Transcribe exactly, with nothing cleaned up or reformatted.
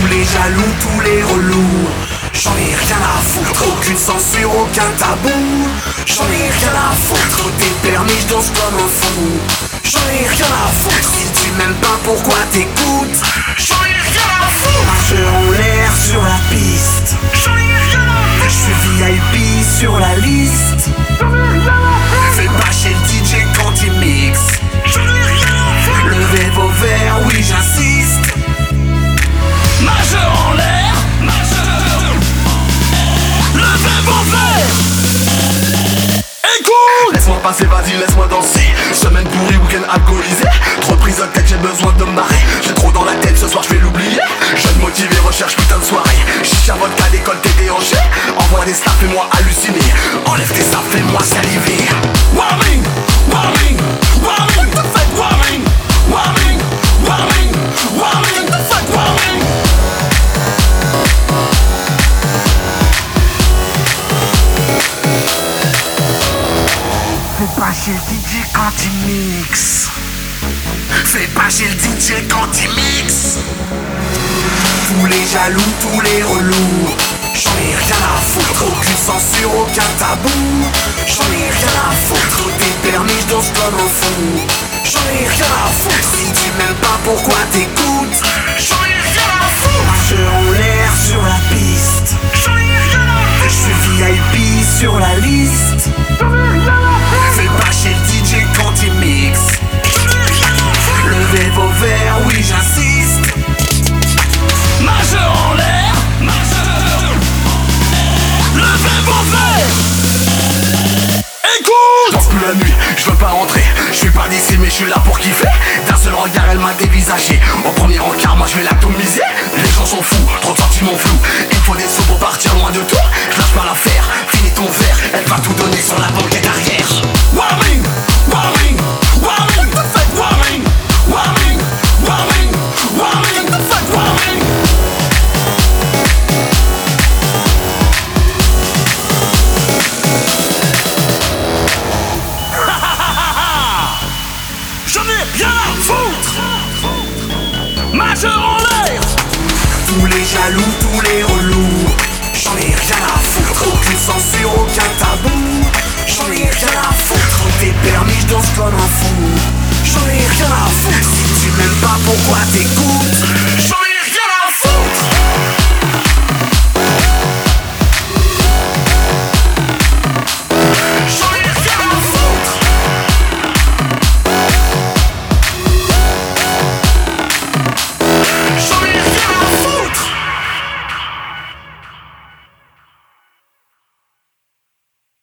Tous les jaloux, tous les relous, j'en ai rien à foutre. Aucune censure, aucun tabou, j'en ai rien à foutre. T'es permis, je danse comme un fou, j'en ai rien à foutre. Si tu m'aimes pas, pourquoi t'écoutes? J'en ai rien à foutre. Marcheur en l'air sur la piste, j'en ai rien à foutre. J'suis V I P sur la liste, j'en ai rien à foutre. Fais pas chez le D J quand il mixe, j'en ai rien à foutre. Levez vos verres, oui j'insiste. Majeur en l'air, majeur. Levez vos verres. Écoute. Laisse-moi passer, vas-y, laisse-moi danser. Semaine pourrie, week-end alcoolisé. Trop de prise de tête, j'ai besoin de me marrer. J'ai trop dans la tête, ce soir je vais l'oublier. Jeune motivé, recherche putain de soirée. Chicha, vodka, décolle, t'es déhanché. Envoie des stars, fais-moi halluciner. Enlève tes stars, fais-moi saliver. Warning, warning, warning. The fuck warning, warning, warning, warning. The fuck warning. Fais pas chez le D J quand il mixe, fais pas chez le D J quand il mixe. Tous les jaloux, tous les relous, j'en ai rien à foutre. Aucune censure, aucun tabou, j'en ai rien à foutre. T'es permis, je danse comme un fou, j'en ai rien à foutre. Si tu m'aimes pas, pourquoi t'écoutes? J'en ai rien à foutre. Marcheur en l'air sur la piste, j'en ai rien à foutre. J'suis V I P sur la liste, j'en ai rien à foutre. Fais pas chez le D J quand il mixe, j'en ai rien à foutre. Levez vos verres, oui j'insiste. Majeur en l'air, majeur. Levez vos verres. Écoute. Danse plus la nuit, je veux pas rentrer. Je suis pas d'ici mais je suis là pour kiffer. D'un seul regard elle m'a dévisagé. Au premier encart moi je vais l'atomiser. Les gens sont fous, trop de sentiments flous. Il faut des sous pour partir loin de tout. Je lâche pas l'affaire, finis ton verre. Elle va tout donner sur la banquette arrière. Warning, warning, warning. The fuck warning, warning, warning, warning. The fuck warning. J'en ai rien à foutre. Majeur en l'air. Tous les jaloux, tous les relous, j'en ai rien à foutre. Aucune censure, aucun tabou, j'en ai rien à foutre. T'es permis, je danse comme un fou, j'en ai rien à foutre. Si tu m'aimes pas, pourquoi t'écoutes?